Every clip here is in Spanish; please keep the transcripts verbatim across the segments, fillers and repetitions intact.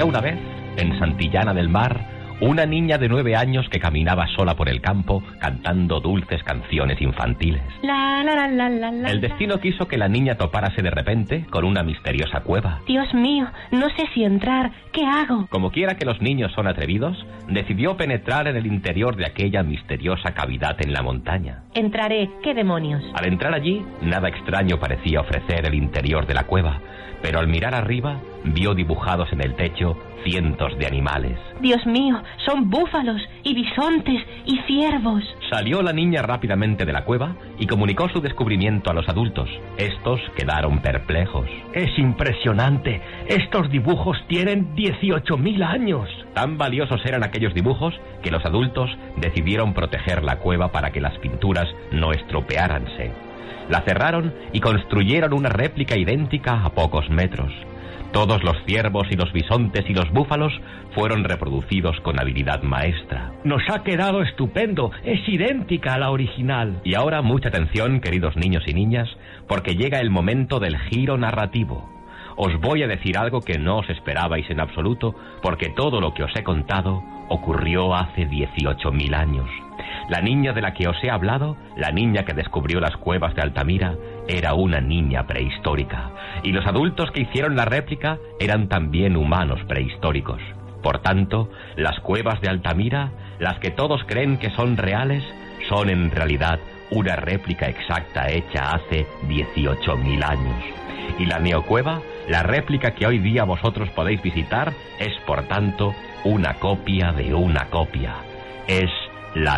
Había una vez, en Santillana del Mar, una niña de nueve años que caminaba sola por el campo cantando dulces canciones infantiles. La, la, la, la, la, la, el destino quiso que la niña topárase de repente con una misteriosa cueva. Dios mío, no sé si entrar. ¿Qué hago? Como quiera que los niños son atrevidos, decidió penetrar en el interior de aquella misteriosa cavidad en la montaña. Entraré. ¿Qué demonios? Al entrar allí, nada extraño parecía ofrecer el interior de la cueva, pero al mirar arriba, vio dibujados en el techo cientos de animales. Dios mío, son búfalos y bisontes y ciervos. Salió la niña rápidamente de la cueva y comunicó su descubrimiento a los adultos. Estos quedaron perplejos. Es impresionante. Estos dibujos tienen dieciocho mil años. Tan valiosos eran aquellos dibujos que los adultos decidieron proteger la cueva para que las pinturas no estropeáranse. La cerraron y construyeron una réplica idéntica a pocos metros. Todos los ciervos y los bisontes y los búfalos fueron reproducidos con habilidad maestra. Nos ha quedado estupendo, es idéntica a la original. Y ahora mucha atención, queridos niños y niñas, porque llega el momento del giro narrativo. Os voy a decir algo que no os esperabais en absoluto, porque todo lo que os he contado ocurrió hace dieciocho mil años. La niña de la que os he hablado, la niña que descubrió las cuevas de Altamira, era una niña prehistórica. Y los adultos que hicieron la réplica eran también humanos prehistóricos. Por tanto, las cuevas de Altamira, las que todos creen que son reales, son en realidad una réplica exacta hecha hace dieciocho mil años. Y la neocueva, la réplica que hoy día vosotros podéis visitar, es por tanto una copia de una copia. Es la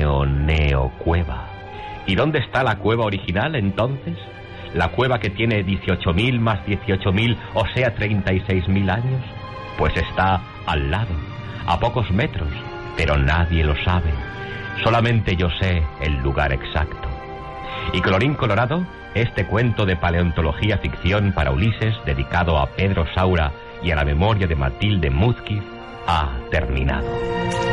neo-neocueva. ¿Y dónde está la cueva original, entonces? ¿La cueva que tiene dieciocho mil más dieciocho mil, o sea, treinta y seis mil años? Pues está al lado, a pocos metros, pero nadie lo sabe. Solamente yo sé el lugar exacto. Y colorín colorado, este cuento de paleontología ficción para Ulises, dedicado a Pedro Saura y a la memoria de Matilde Múzquiz, ha terminado.